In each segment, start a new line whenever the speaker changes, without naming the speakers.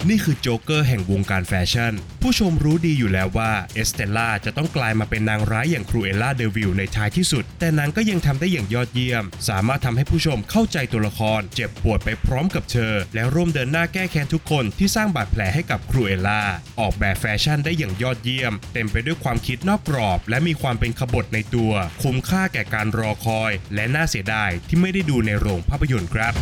นี่คือโจ๊กเกอร์แห่งวงการแฟชั่นผู้ชมรู้ดีอยู่แล้วว่าเอสเตลล่าจะต้องกลายมาเป็นนางร้ายอย่างครูเอลล่าเดวิลในท้ายที่สุดแต่นางก็ยังทำได้อย่างยอดเยี่ยมสามารถทำให้ผู้ชมเข้าใจตัวละครเจ็บปวดไปพร้อมกับเธอและร่วมเดินหน้าแก้แค้นทุกคนที่สร้างบาดแผลให้กับครูเอลล่าออกแบบแฟชั่นได้อย่างยอดเยี่ยมเต็มไปด้วยความคิดนอกกรอบและมีความเป็นขบถในตัวคุ้มค่าแก่การรอคอยและน่าเสียดายที่ไม่ได้ดูในโรงภาพยนตร์ครับ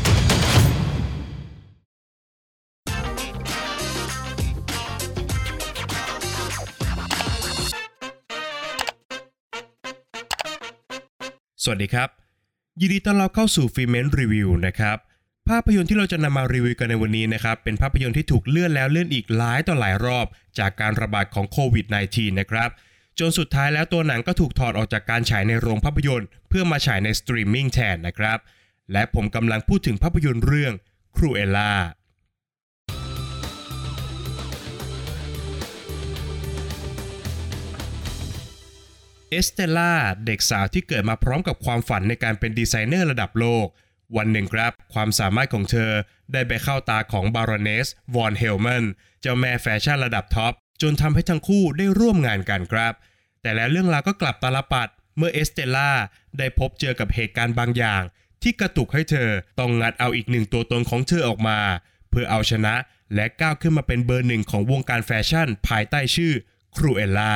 สวัสดีครับยินดีต้อนรับเข้าสู่ฟิเมนรีวิวนะครับภาพยนตร์ที่เราจะนำมารีวิวกันในวันนี้นะครับเป็นภาพยนตร์ที่ถูกเลื่อนแล้วเลื่อนอีกหลายต่อหลายรอบจากการระบาดของโควิด -19 นะครับจนสุดท้ายแล้วตัวหนังก็ถูกถอดออกจากการฉายในโรงภาพยนตร์เพื่อมาฉายในสตรีมมิ่งแทนนะครับและผมกำลังพูดถึงภาพยนตร์เรื่องครูเอลล่าเอสเตลล่าเด็กสาวที่เกิดมาพร้อมกับความฝันในการเป็นดีไซเนอร์ระดับโลกวันหนึ่งครับความสามารถของเธอได้ไปเข้าตาของบารอนเนสวอนเฮลแมนเจ้าแม่แฟชั่นระดับท็อปจนทำให้ทั้งคู่ได้ร่วมงานกันครับแต่แล้วเรื่องราวก็กลับตาลปัตรเมื่อเอสเตลล่าได้พบเจอกับเหตุการณ์บางอย่างที่กระตุกให้เธอต้องงัดเอาอีกหนึ่งตัวตนของเธอออกมาเพื่อเอาชนะและก้าวขึ้นมาเป็นเบอร์หนึ่งของวงการแฟชั่นภายใต้ชื่อครูเอลล่า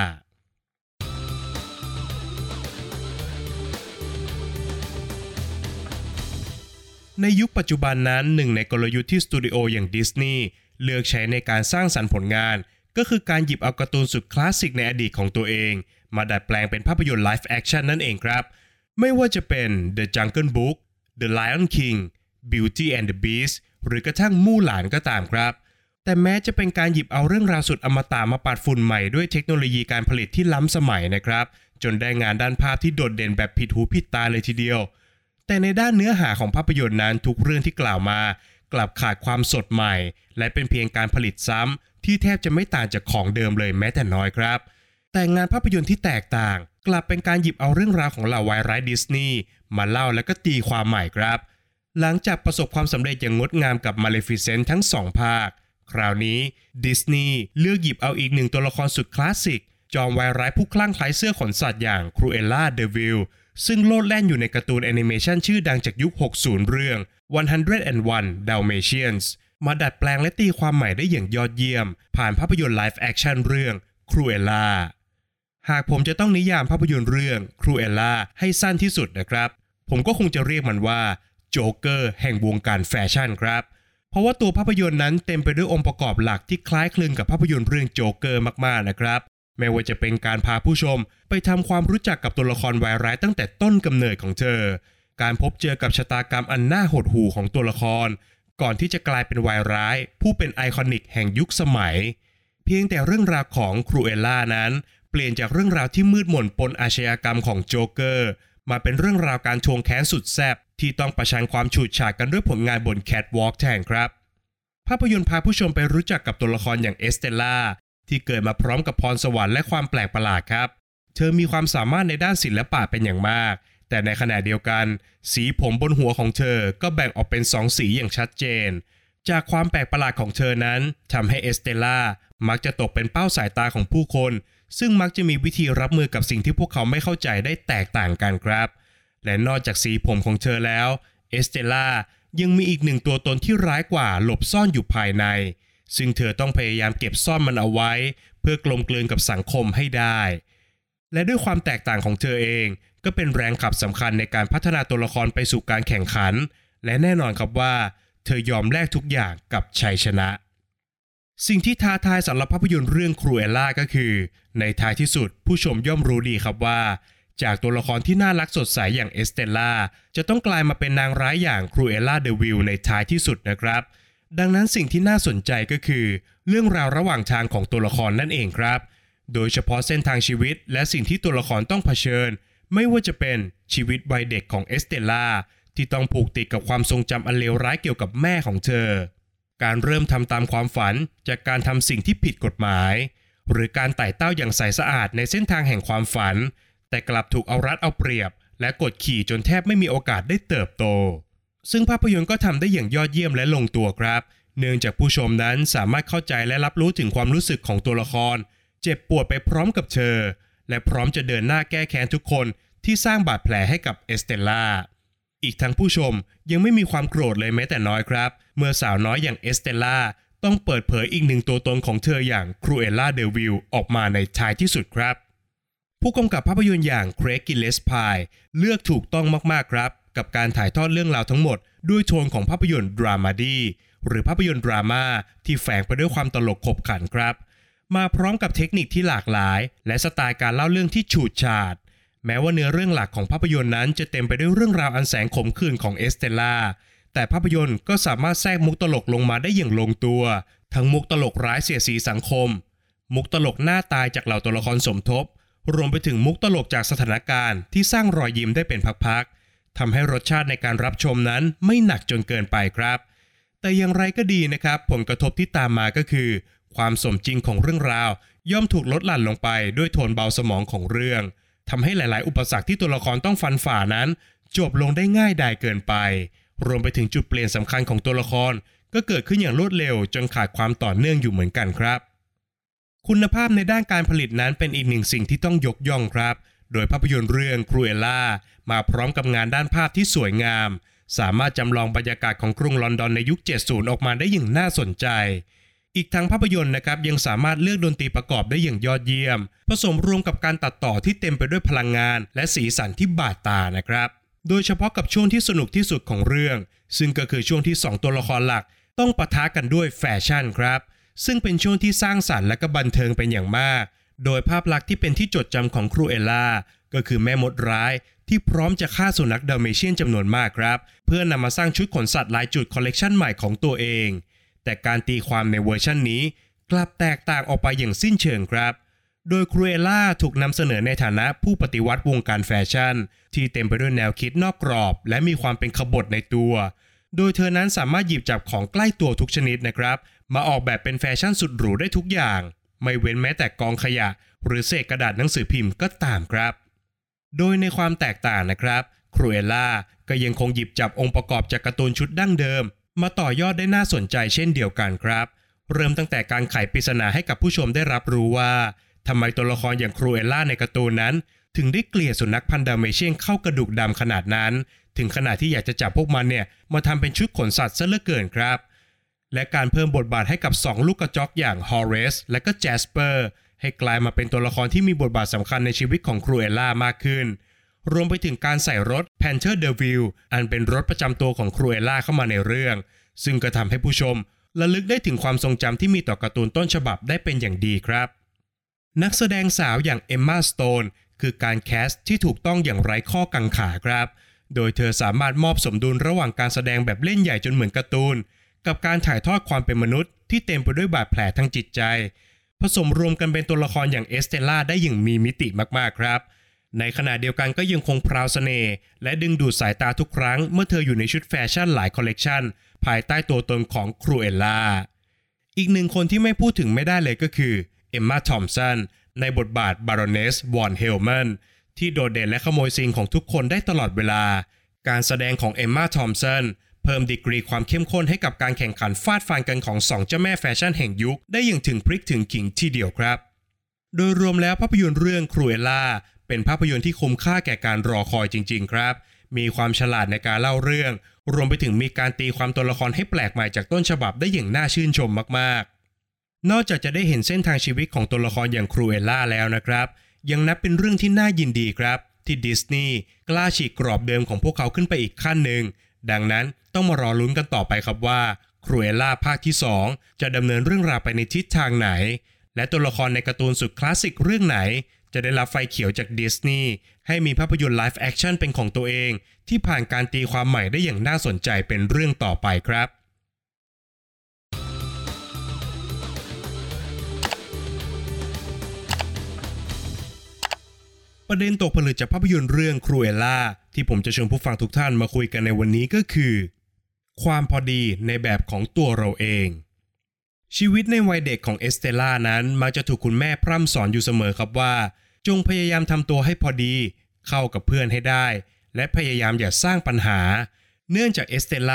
ในยุคปัจจุบันนั้นหนึ่งในกลยุทธ์ที่สตูดิโออย่างดิสนีย์เลือกใช้ในการสร้างสรรค์ผลงานก็คือการหยิบเอาการ์ตูนสุดคลาสสิกในอดีตของตัวเองมาดัดแปลงเป็นภาพยนตร์ไลฟ์แอคชั่นนั่นเองครับไม่ว่าจะเป็น The Jungle Book The Lion King Beauty and the Beast หรือกระทั่งมู่หลานก็ตามครับแต่แม้จะเป็นการหยิบเอาเรื่องราวสุดอมตะมาปัดฝุ่นใหม่ด้วยเทคโนโลยีการผลิตที่ล้ำสมัยนะครับจนได้งานด้านภาพที่โดดเด่นแบบผิดหูผิดตาเลยทีเดียวแต่ในด้านเนื้อหาของภาพยนตร์นั้นทุกเรื่องที่กล่าวมากลับขาดความสดใหม่และเป็นเพียงการผลิตซ้ำที่แทบจะไม่ต่างจากของเดิมเลยแม้แต่น้อยครับแต่งานภาพยนตร์ที่แตกต่างกลับเป็นการหยิบเอาเรื่องราวของเหล่าวายร้ายดิสนีย์มาเล่าและก็ตีความใหม่ครับหลังจากประสบความสำเร็จอย่างงดงามกับ Maleficent ทั้ง2ภาคคราวนี้ดิสนีย์เลือกหยิบเอาอีกหนึ่งตัวละครสุดคลาสสิกจอมวายร้ายผู้คลั่งไคล้เสื้อขนสัตว์อย่างครูเอลล่าเดวิลซึ่งโลดแล่นอยู่ในการ์ตูนแอนิเมชันชื่อดังจากยุค 60 เรื่อง 101 Dalmatians มาดัดแปลงและตีความใหม่ได้อย่างยอดเยี่ยมผ่านภาพยนตร์ไลฟ์แอคชั่นเรื่องครูเอลล่าหากผมจะต้องนิยามภาพยนตร์เรื่องครูเอลล่าให้สั้นที่สุดนะครับผมก็คงจะเรียกมันว่าโจ๊กเกอร์แห่งวงการแฟชั่นครับเพราะว่าตัวภาพยนตร์นั้นเต็มไปด้วยองค์ประกอบหลักที่คล้ายคลึงกับภาพยนตร์เรื่องโจ๊กเกอร์มากๆนะครับไม่ว่าจะเป็นการพาผู้ชมไปทำความรู้จักกับตัวละครวายร้ายตั้งแต่ต้นกำเนิดของเธอการพบเจอกับชะตากรรมอันน่าหดหู่ของตัวละครก่อนที่จะกลายเป็นวายร้ายผู้เป็นไอคอนิกแห่งยุคสมัยเพียงแต่เรื่องราวของครูเอลล่านั้นเปลี่ยนจากเรื่องราวที่มืดมนปนอาชญากรรมของโจ๊กเกอร์มาเป็นเรื่องราวการทวงแค้นสุดแซ่บที่ต้องประชันความฉูดฉาดกันด้วยผลงานบนแคทวอล์กแทนครับภาพยนตร์พาผู้ชมไปรู้จักกับตัวละครอย่างเอสเตลล่าที่เกิดมาพร้อมกับพรสวรรค์และความแปลกประหลาดครับเธอมีความสามารถในด้านศิลปะเป็นอย่างมากแต่ในขณะเดียวกันสีผมบนหัวของเธอก็แบ่งออกเป็น2สีอย่างชัดเจนจากความแปลกประหลาดของเธอนั้นทำให้เอสเตลล่ามักจะตกเป็นเป้าสายตาของผู้คนซึ่งมักจะมีวิธีรับมือกับสิ่งที่พวกเขาไม่เข้าใจได้แตกต่างกันครับและนอกจากสีผมของเธอแล้วเอสเตลล่ายังมีอีกหนึ่งตัวตนที่ร้ายกว่าหลบซ่อนอยู่ภายในซึ่งเธอต้องพยายามเก็บซ่อนมันเอาไว้เพื่อกลมกลืนกับสังคมให้ได้และด้วยความแตกต่างของเธอเองก็เป็นแรงขับสำคัญในการพัฒนาตัวละครไปสู่การแข่งขันและแน่นอนครับว่าเธอยอมแลกทุกอย่างกับชัยชนะสิ่งที่ท้าทายสำหรับภาพยนตร์เรื่องครูเอลล่าก็คือในท้ายที่สุดผู้ชมย่อมรู้ดีครับว่าจากตัวละครที่น่ารักสดใสอย่างเอสเตลล่าจะต้องกลายมาเป็นนางร้ายอย่างครูเอลล่าเดวิลในท้ายที่สุดนะครับดังนั้นสิ่งที่น่าสนใจก็คือเรื่องราวระหว่างทางของตัวละครนั่นเองครับโดยเฉพาะเส้นทางชีวิตและสิ่งที่ตัวละครต้องเผชิญไม่ว่าจะเป็นชีวิตวัยเด็กของเอสเตลล่าที่ต้องผูกติดกับความทรงจำอันเลวร้ายเกี่ยวกับแม่ของเธอการเริ่มทำตามความฝันจากการทำสิ่งที่ผิดกฎหมายหรือการไต่เต้าอย่างใสสะอาดในเส้นทางแห่งความฝันแต่กลับถูกเอารัดเอาเปรียบและกดขี่จนแทบไม่มีโอกาสได้เติบโตซึ่งภาพยนตร์ก็ทำได้อย่างยอดเยี่ยมและลงตัวครับเนื่องจากผู้ชมนั้นสามารถเข้าใจและรับรู้ถึงความรู้สึกของตัวละครเจ็บปวดไปพร้อมกับเธอและพร้อมจะเดินหน้าแก้แค้นทุกคนที่สร้างบาดแผลให้กับเอสเตลล่าอีกทั้งผู้ชมยังไม่มีความโกรธเลยแม้แต่น้อยครับเมื่อสาวน้อยอย่างเอสเตลล่าต้องเปิดเผยอีกหนึ่งตัวตนของเธออย่างครูเอลล่าเดวิลออกมาในท้ายที่สุดครับผู้กำกับภาพยนตร์อย่างเครก กิลเลสพายเลือกถูกต้องมากๆครับกับการถ่ายทอดเรื่องราวทั้งหมดด้วยโทนของภาพยนตร์ดรามาดีหรือภาพยนตร์ดราม่าที่แฝงไปด้วยความตลกขบขันครับมาพร้อมกับเทคนิคที่หลากหลายและสไตล์การเล่าเรื่องที่ฉูดฉาดแม้ว่าเนื้อเรื่องหลักของภาพยนตร์นั้นจะเต็มไปด้วยเรื่องราวอันแสนขมขื่นของเอสเตลล่าแต่ภาพยนตร์ก็สามารถแทรกมุกตลกลงมาได้อย่างลงตัวทั้งมุกตลกร้ายเสียดสีสังคมมุกตลกหน้าตายจากเหล่าตัวละครสมทบรวมไปถึงมุกตลกจากสถานการณ์ที่สร้างรอยยิ้มได้เป็นพักๆทำให้รสชาติในการรับชมนั้นไม่หนักจนเกินไปครับแต่อย่างไรก็ดีนะครับผลกระทบที่ตามมาก็คือความสมจริงของเรื่องราวย่อมถูกลดหลั่นลงไปด้วยโทนเบาสมองของเรื่องทำให้หลายๆอุปสรรคที่ตัวละครต้องฟันฝ่านั้นจบลงได้ง่ายดายเกินไปรวมไปถึงจุดเปลี่ยนสำคัญของตัวละครก็เกิดขึ้นอย่างรวดเร็วจนขาดความต่อเนื่องอยู่เหมือนกันครับคุณภาพในด้านการผลิตนั้นเป็นอีกหนึ่งสิ่งที่ต้องยกย่องครับโดยภาพยนตร์เรื่องครูเอลล่ามาพร้อมกับงานด้านภาพที่สวยงามสามารถจำลองบรรยากาศของกรุงลอนดอนในยุค 70 ออกมาได้อย่างน่าสนใจอีกทั้งภาพยนตร์นะครับยังสามารถเลือกดนตรีประกอบได้อย่างยอดเยี่ยมผสมรวมกับการตัดต่อที่เต็มไปด้วยพลังงานและสีสันที่บาดตานะครับโดยเฉพาะกับช่วงที่สนุกที่สุดของเรื่องซึ่งก็คือช่วงที่2ตัวละครหลักต้องปะทะกันด้วยแฟชั่นครับซึ่งเป็นช่วงที่สร้างสรรค์และก็บันเทิงเป็นอย่างมากโดยภาพลักษณ์ที่เป็นที่จดจำของครูเอลล่าก็คือแม่มดร้ายที่พร้อมจะฆ่าสุนัขดัลเมเชียนจำนวนมากครับเพื่อนำมาสร้างชุดขนสัตว์ลายจุดคอลเลกชันใหม่ของตัวเองแต่การตีความในเวอร์ชันนี้กลับแตกต่างออกไปอย่างสิ้นเชิงครับโดยครูเอลล่าถูกนำเสนอในฐานะผู้ปฏิวัติวงการแฟชั่นที่เต็มไปด้วยแนวคิดนอกกรอบและมีความเป็นขบถในตัวโดยเธอนั้นสามารถหยิบจับของใกล้ตัวทุกชนิดนะครับมาออกแบบเป็นแฟชั่นสุดหรูได้ทุกอย่างไม่เว้นแม้แต่กองขยะหรือเศษกระดาษหนังสือพิมพ์ก็ตามครับโดยในความแตกต่างนะครับครูเอลล่าก็ยังคงหยิบจับองค์ประกอบจากการ์ตูนชุดดั้งเดิมมาต่อยอดได้น่าสนใจเช่นเดียวกันครับเริ่มตั้งแต่การไขปริศนาให้กับผู้ชมได้รับรู้ว่าทำไมตัวละครอย่างครูเอลล่าในการ์ตูนนั้นถึงได้เกลียดสุนัขพันธุ์ดัลเมเชียนเข้ากระดูกดำขนาดนั้นถึงขนาดที่อยากจะจับพวกมันเนี่ยมาทำเป็นชุดขนสัตว์ซะเหลือเกินครับและการเพิ่มบทบาทให้กับ2ลูกกระจอกอย่างฮอเรสและก็แจสเปอร์ให้กลายมาเป็นตัวละครที่มีบทบาทสำคัญในชีวิตของครูเอลล่ามากขึ้นรวมไปถึงการใส่รถ Panther Devil อันเป็นรถประจำตัวของครูเอลล่าเข้ามาในเรื่องซึ่งก็ทำให้ผู้ชมระลึกได้ถึงความทรงจำที่มีต่อการ์ตูนต้นฉบับได้เป็นอย่างดีครับนักแสดงสาวอย่างเอมม่า สโตนคือการแคสที่ถูกต้องอย่างไร้ข้อกังขาครับโดยเธอสามารถมอบสมดุลระหว่างการแสดงแบบเล่นใหญ่จนเหมือนการ์ตูนกับการถ่ายทอดความเป็นมนุษย์ที่เต็มไปด้วยบาดแผลทางจิตใจผสมรวมกันเป็นตัวละครอย่างเอสเตลล่าได้อย่างมีมิติมากๆครับในขณะเดียวกันก็ยังคงพราวเสน่ห์และดึงดูดสายตาทุกครั้งเมื่อเธออยู่ในชุดแฟชั่นหลายคอลเลกชันภายใต้ตัวตนของครูเอลล่าอีกหนึ่งคนที่ไม่พูดถึงไม่ได้เลยก็คือเอมม่า ทอมสันในบทบาทบารอนเนส วอนเฮลแมนที่โดดเด่นและขโมยซีนของทุกคนได้ตลอดเวลาการแสดงของเอมม่า ทอมสันเพิ่มดีกรีความเข้มข้นให้กับการแข่งขันฟาดฟันกันของ2เจ้าแม่แฟชั่นแห่งยุคได้อย่างถึงพริกถึงขิงทีเดียวครับโดยรวมแล้วภาพยนตร์เรื่องครูเอลล่าเป็นภาพยนตร์ที่คุ้มค่าแก่การรอคอยจริงๆครับมีความฉลาดในการเล่าเรื่องรวมไปถึงมีการตีความตัวละครให้แปลกใหม่จากต้นฉบับได้อย่างน่าชื่นชมมากๆนอกจากจะได้เห็นเส้นทางชีวิตของตัวละครอย่างครูเอลล่าแล้วนะครับยังนับเป็นเรื่องที่น่ายินดีครับที่ดิสนีย์กล้าฉีกกรอบเดิมของพวกเขาขึ้นไปอีกขั้นหนึ่งดังนั้นต้องมารอลุ้นกันต่อไปครับว่าครูเอลล่าภาคที่2จะดำเนินเรื่องราวไปในทิศทางไหนและตัวละครในการ์ตูนสุดคลาสสิกเรื่องไหนจะได้รับไฟเขียวจากดิสนีย์ให้มีภาพยนตร์ไลฟ์แอคชั่นเป็นของตัวเองที่ผ่านการตีความใหม่ได้อย่างน่าสนใจเป็นเรื่องต่อไปครับประเด็นตกผลึกจากภาพยนตร์เรื่องครูเอลล่าที่ผมจะชวนผู้ฟังทุกท่านมาคุยกันในวันนี้ก็คือความพอดีในแบบของตัวเราเองชีวิตในวัยเด็กของเอสเตลล่านั้นมักจะถูกคุณแม่พร่ำสอนอยู่เสมอครับว่าจงพยายามทำตัวให้พอดีเข้ากับเพื่อนให้ได้และพยายามอย่าสร้างปัญหาเนื่องจากเอสเตลล่า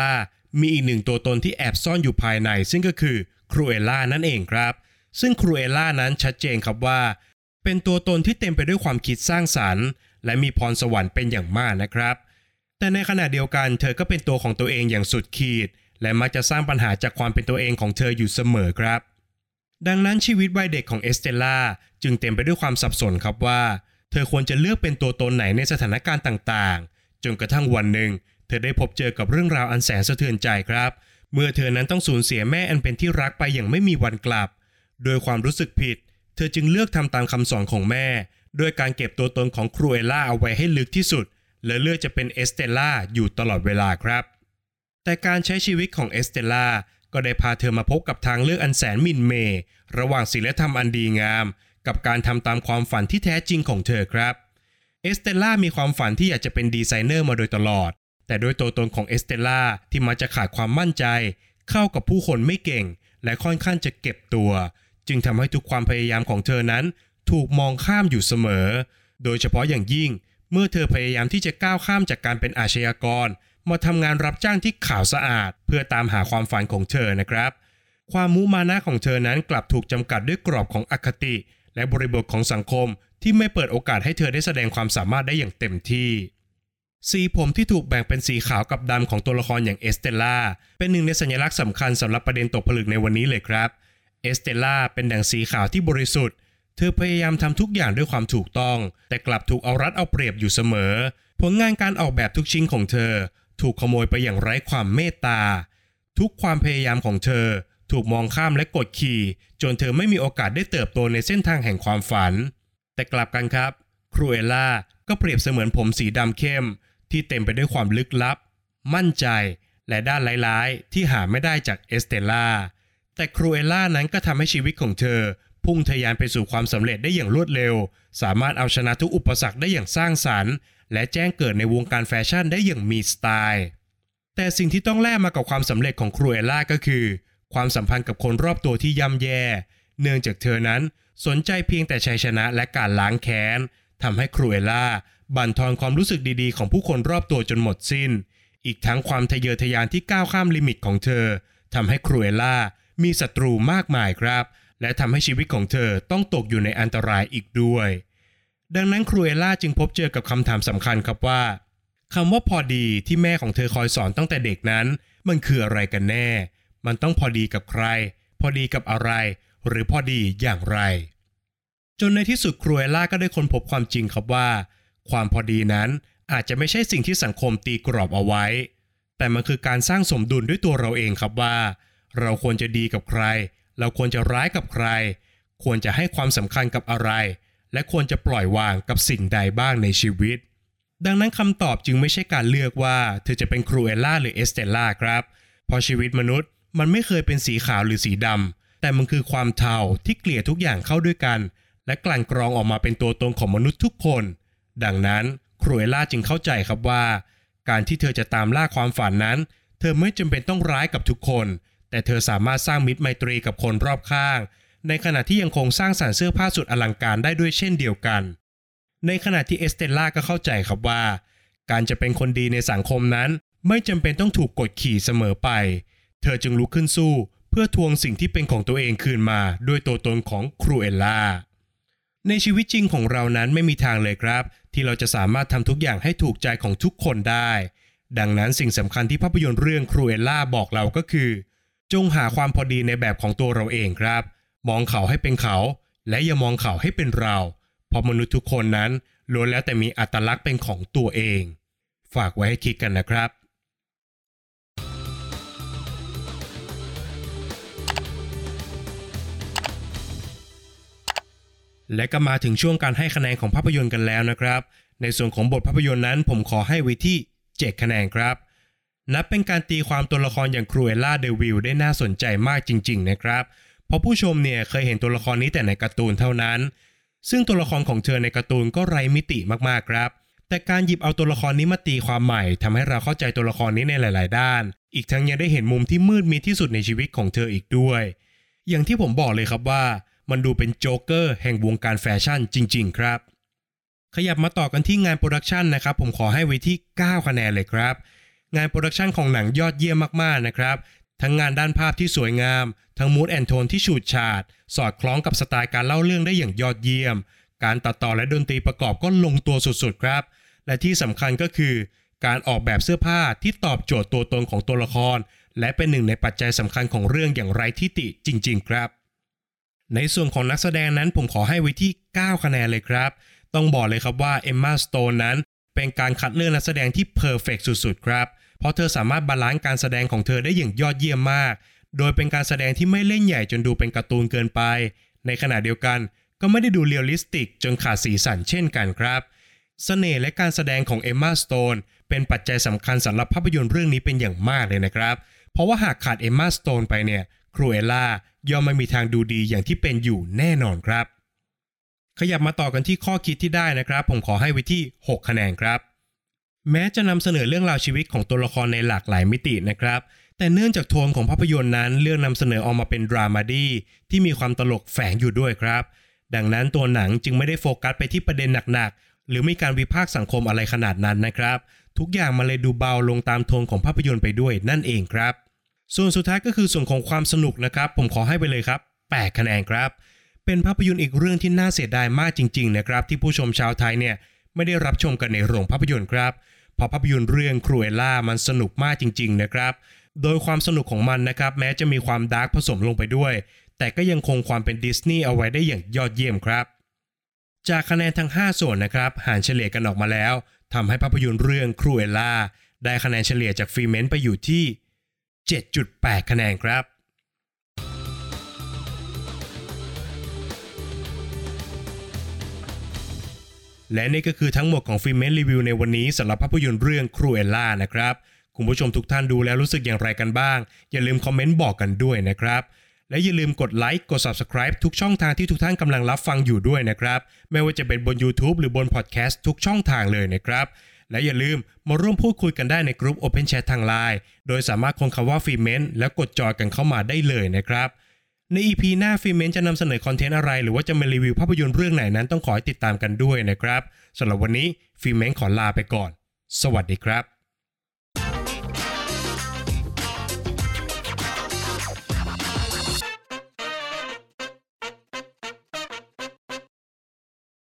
มีอีกหนึ่งตัวตนที่แอบซ่อนอยู่ภายในซึ่งก็คือครูเอลล่านั่นเองครับซึ่งครูเอลล่านั้นชัดเจนครับว่าเป็นตัวตนที่เต็มไปด้วยความคิดสร้างสรรค์และมีพรสวรรค์เป็นอย่างมากนะครับแต่ในขณะเดียวกันเธอก็เป็นตัวของตัวเองอย่างสุดขีดและมักจะสร้างปัญหาจากความเป็นตัวเองของเธออยู่เสมอครับดังนั้นชีวิตวัยเด็กของเอสเตลล่าจึงเต็มไปด้วยความสับสนครับว่าเธอควรจะเลือกเป็นตัวตนไหนในสถานการณ์ต่างๆจนกระทั่งวันหนึ่งเธอได้พบเจอกับเรื่องราวอันแสนสะเทือนใจครับเมื่อเธอนั้นต้องสูญเสียแม่อันเป็นที่รักไปอย่างไม่มีวันกลับโดยความรู้สึกผิดเธอจึงเลือกทำตามคำสอนของแม่ด้วยการเก็บตัวตนของครูเอลล่าเอาไว้ให้ลึกที่สุดและเลือกจะเป็นเอสเตลล่าอยู่ตลอดเวลาครับแต่การใช้ชีวิตของเอสเตลล่าก็ได้พาเธอมาพบกับทางเลือกอันแสนหมิ่นเมย์ระหว่างศีลธรรมอันดีงามกับการทำตามความฝันที่แท้จริงของเธอครับเอสเตลล่ามีความฝันที่อยากจะเป็นดีไซเนอร์มาโดยตลอดแต่ด้วยตัวตนของเอสเตลล่าที่มักจะขาดความมั่นใจเข้ากับผู้คนไม่เก่งและค่อนข้างจะเก็บตัวจึงทำให้ทุกความพยายามของเธอนั้นถูกมองข้ามอยู่เสมอโดยเฉพาะอย่างยิ่งเมื่อเธอพยายามที่จะก้าวข้ามจากการเป็นอาชญากรมาทำงานรับจ้างที่ขาวสะอาดเพื่อตามหาความฝันของเธอนะครับความมุมานะของเธอนั้นกลับถูกจำกัดด้วยกรอบของอคติและบริบทของสังคมที่ไม่เปิดโอกาสให้เธอได้แสดงความสามารถได้อย่างเต็มที่สีผมที่ถูกแบ่งเป็นสีขาวกับดำของตัวละครอย่างเอสเตลล่าเป็นหนึ่งในสัญลักษณ์สำคัญสำหรับประเด็นตกผลึกในวันนี้เลยครับเอสเตลล่าเป็นดั่งสีขาวที่บริสุทธิ์เธอพยายามทำทุกอย่างด้วยความถูกต้องแต่กลับถูกเอารัดเอาเปรียบอยู่เสมอผลงานการออกแบบทุกชิ้นของเธอถูกขโมยไปอย่างไร้ความเมตตาทุกความพยายามของเธอถูกมองข้ามและกดขี่จนเธอไม่มีโอกาสได้เติบโตในเส้นทางแห่งความฝันแต่กลับกันครับครูเอลล่าก็เปรียบเสมือนผมสีดำเข้มที่เต็มไปด้วยความลึกลับมั่นใจและด้านร้ายๆที่หาไม่ได้จากเอสเตลล่าแต่ครูเอลล่านั้นก็ทำให้ชีวิตของเธอพุ่งทะยานไปสู่ความสำเร็จได้อย่างรวดเร็วสามารถเอาชนะทุกอุปสรรคได้อย่างสร้างสรรค์และแจ้งเกิดในวงการแฟชั่นได้อย่างมีสไตล์แต่สิ่งที่ต้องแลกมากับความสำเร็จของครูเอลล่าก็คือความสัมพันธ์กับคนรอบตัวที่ย่ำแย่เนื่องจากเธอนั้นสนใจเพียงแต่ชัยชนะและการล้างแค้นทำให้ครูเอลล่าบั่นทอนความรู้สึกดีๆของผู้คนรอบตัวจนหมดสิ้นอีกทั้งความทะเยอทะยานที่ก้าวข้ามลิมิตของเธอทำให้ครูเอลล่ามีศัตรูมากมายครับและทำให้ชีวิตของเธอต้องตกอยู่ในอันตรายอีกด้วยดังนั้นครูเอลล่าจึงพบเจอกับคำถามสำคัญครับว่าคำว่าพอดีที่แม่ของเธอคอยสอนตั้งแต่เด็กนั้นมันคืออะไรกันแน่มันต้องพอดีกับใครพอดีกับอะไรหรือพอดีอย่างไรจนในที่สุดครูเอลล่าก็ได้ค้นพบความจริงครับว่าความพอดีนั้นอาจจะไม่ใช่สิ่งที่สังคมตีกรอบเอาไว้แต่มันคือการสร้างสมดุลด้วยตัวเราเองครับว่าเราควรจะดีกับใครเราควรจะร้ายกับใครควรจะให้ความสำคัญกับอะไรและควรจะปล่อยวางกับสิ่งใดบ้างในชีวิตดังนั้นคำตอบจึงไม่ใช่การเลือกว่าเธอจะเป็นครูเอลล่าหรือเอสเตลล่าครับเพราะชีวิตมนุษย์มันไม่เคยเป็นสีขาวหรือสีดำแต่มันคือความเทาที่เกลี่ยทุกอย่างเข้าด้วยกันและกลั่นกรองออกมาเป็นตัวตนของมนุษย์ทุกคนดังนั้นครูเอลล่าจึงเข้าใจครับว่าการที่เธอจะตามล่าความฝันนั้นเธอไม่จำเป็นต้องร้ายกับทุกคนแต่เธอสามารถสร้างมิตรไมตรีกับคนรอบข้างในขณะที่ยังคงสร้างสรรค์เสื้อผ้าสุดอลังการได้ด้วยเช่นเดียวกันในขณะที่เอสเตลล่าก็เข้าใจครับว่าการจะเป็นคนดีในสังคมนั้นไม่จำเป็นต้องถูกกดขี่เสมอไปเธอจึงลุกขึ้นสู้เพื่อทวงสิ่งที่เป็นของตัวเองคืนมาด้วยตัวตนของครูเอลล่าในชีวิตจริงของเรานั้นไม่มีทางเลยครับที่เราจะสามารถทำทุกอย่างให้ถูกใจของทุกคนได้ดังนั้นสิ่งสำคัญที่ภาพยนตร์เรื่องครูเอลล่าบอกเราก็คือจงหาความพอดีในแบบของตัวเราเองครับมองเขาให้เป็นเขาและอย่ามองเขาให้เป็นเราเพราะมนุษย์ทุกคนนั้นล้วนแล้วแต่มีอัตลักษณ์เป็นของตัวเองฝากไว้ให้คิดกันนะครับและก็มาถึงช่วงการให้คะแนนของภาพยนตร์กันแล้วนะครับในส่วนของบทภาพยนตร์นั้นผมขอให้ไว้ที่7คะแนนครับนับเป็นการตีความตัวละครอย่างครูเอลล่าเดวิลได้น่าสนใจมากจริงๆนะครับเพราะผู้ชมเนี่ยเคยเห็นตัวละครนี้แต่ในการ์ตูนเท่านั้นซึ่งตัวละครของเธอในการ์ตูนก็ไร้มิติมากๆครับแต่การหยิบเอาตัวละครนี้มาตีความใหม่ทำให้เราเข้าใจตัวละครนี้ในหลายๆด้านอีกทั้งยังได้เห็นมุมที่มืดมิดที่สุดในชีวิตของเธออีกด้วยอย่างที่ผมบอกเลยครับว่ามันดูเป็นโจ๊กเกอร์แห่งวงการแฟชั่นจริงๆครับขยับมาต่อกันที่งานโปรดักชันนะครับผมขอให้ไว้ที่9คะแนนเลยครับงานโปรดักชันของหนังยอดเยี่ยมมากๆนะครับทั้งงานด้านภาพที่สวยงามทั้งมูดแอนโทนที่ฉูดฉาดสอดคล้องกับสไตล์การเล่าเรื่องได้อย่างยอดเยี่ยมการตัดต่อและดนตรีประกอบก็ลงตัวสุดๆครับและที่สำคัญก็คือการออกแบบเสื้อผ้าที่ตอบโจทย์ตัวตนของตัวละครและเป็นหนึ่งในปัจจัยสำคัญของเรื่องอย่างไร้ที่ติจริงๆครับในส่วนของนักแสดงนั้นผมขอให้ไว้ที่9คะแนนเลยครับต้องบอกเลยครับว่าเอมม่าสโตนนั้นเป็นการคัดเลือกนักแสดงที่เพอร์เฟกต์สุดๆครับเพราะเธอสามารถบาลานซ์การแสดงของเธอได้อย่างยอดเยี่ยมมากโดยเป็นการแสดงที่ไม่เล่นใหญ่จนดูเป็นการ์ตูนเกินไปในขณะเดียวกันก็ไม่ได้ดูเรียลลิสติกจนขาดสีสันเช่นกันครับเสน่ห์และการแสดงของเอมม่าสโตนเป็นปัจจัยสำคัญสำหรับภาพยนตร์เรื่องนี้เป็นอย่างมากเลยนะครับเพราะว่าหากขาดเอมม่าสโตนไปเนี่ยครูเอลล่าย่อมไม่มีทางดูดีอย่างที่เป็นอยู่แน่นอนครับขยับมาต่อกันที่ข้อคิดที่ได้นะครับผมขอให้ไว้ที่6คะแนนครับแม้จะนำเสนอเรื่องราวชีวิตของตัวละครในหลากหลายมิตินะครับแต่เนื่องจากโทนของภาพยนตร์นั้นเลือกนำเสนอออกมาเป็นดราม่าดี้ที่มีความตลกแฝงอยู่ด้วยครับดังนั้นตัวหนังจึงไม่ได้โฟกัสไปที่ประเด็นหนักๆหรือมีการวิพากษ์สังคมอะไรขนาดนั้นนะครับทุกอย่างมันเลยดูเบาลงตามโทนของภาพยนตร์ไปด้วยนั่นเองครับส่วนสุดท้ายก็คือส่วนของความสนุกนะครับผมขอให้ไปเลยครับ8คะแนนครับเป็นภาพยนตร์อีกเรื่องที่น่าเสียดายมากจริงๆนะครับที่ผู้ชมชาวไทยเนี่ยไม่ได้รับชมกันในโรงภาพยนตร์ครับเพราะภาพยนตร์เรื่องครูเอลล่ามันสนุกมากจริงๆนะครับโดยความสนุกของมันนะครับแม้จะมีความดาร์กผสมลงไปด้วยแต่ก็ยังคงความเป็นดิสนีย์เอาไว้ได้อย่างยอดเยี่ยมครับจากคะแนนทั้ง5ส่วนนะครับหารเฉลี่ยกันออกมาแล้วทำให้ภาพยนตร์เรื่องครูเอลล่าได้คะแนนเฉลี่ยจากฟรีเมนต์ไปอยู่ที่ 7.8 คะแนนครับและนี่ก็คือทั้งหมดของฟิล์มเมนรีวิวในวันนี้สำหรับภาพยนตร์เรื่องครูเอลล่านะครับคุณผู้ชมทุกท่านดูแล้วรู้สึกอย่างไรกันบ้างอย่าลืมคอมเมนต์บอกกันด้วยนะครับและอย่าลืมกดไลค์กด Subscribe ทุกช่องทางที่ทุกท่านกำลังรับฟังอยู่ด้วยนะครับไม่ว่าจะเป็นบน YouTube หรือบน Podcast ทุกช่องทางเลยนะครับและอย่าลืมมาร่วมพูดคุยกันได้ในกลุ่ม Open Chat ทาง LINE โดยสามารถค้นคำว่าฟิล์มเมนแล้วกดจอยกันเข้ามาได้เลยนะครับใน EP หน้าฟิล์มเมนจะนำเสนอคอนเทนต์อะไรหรือว่าจะมารีวิวภาพยนตร์เรื่องไหนนั้นต้องขอให้ติดตามกันด้วยนะครับสำหรับวันนี้ฟิล์มเมนขอลาไปก่อนสวัสดีครับ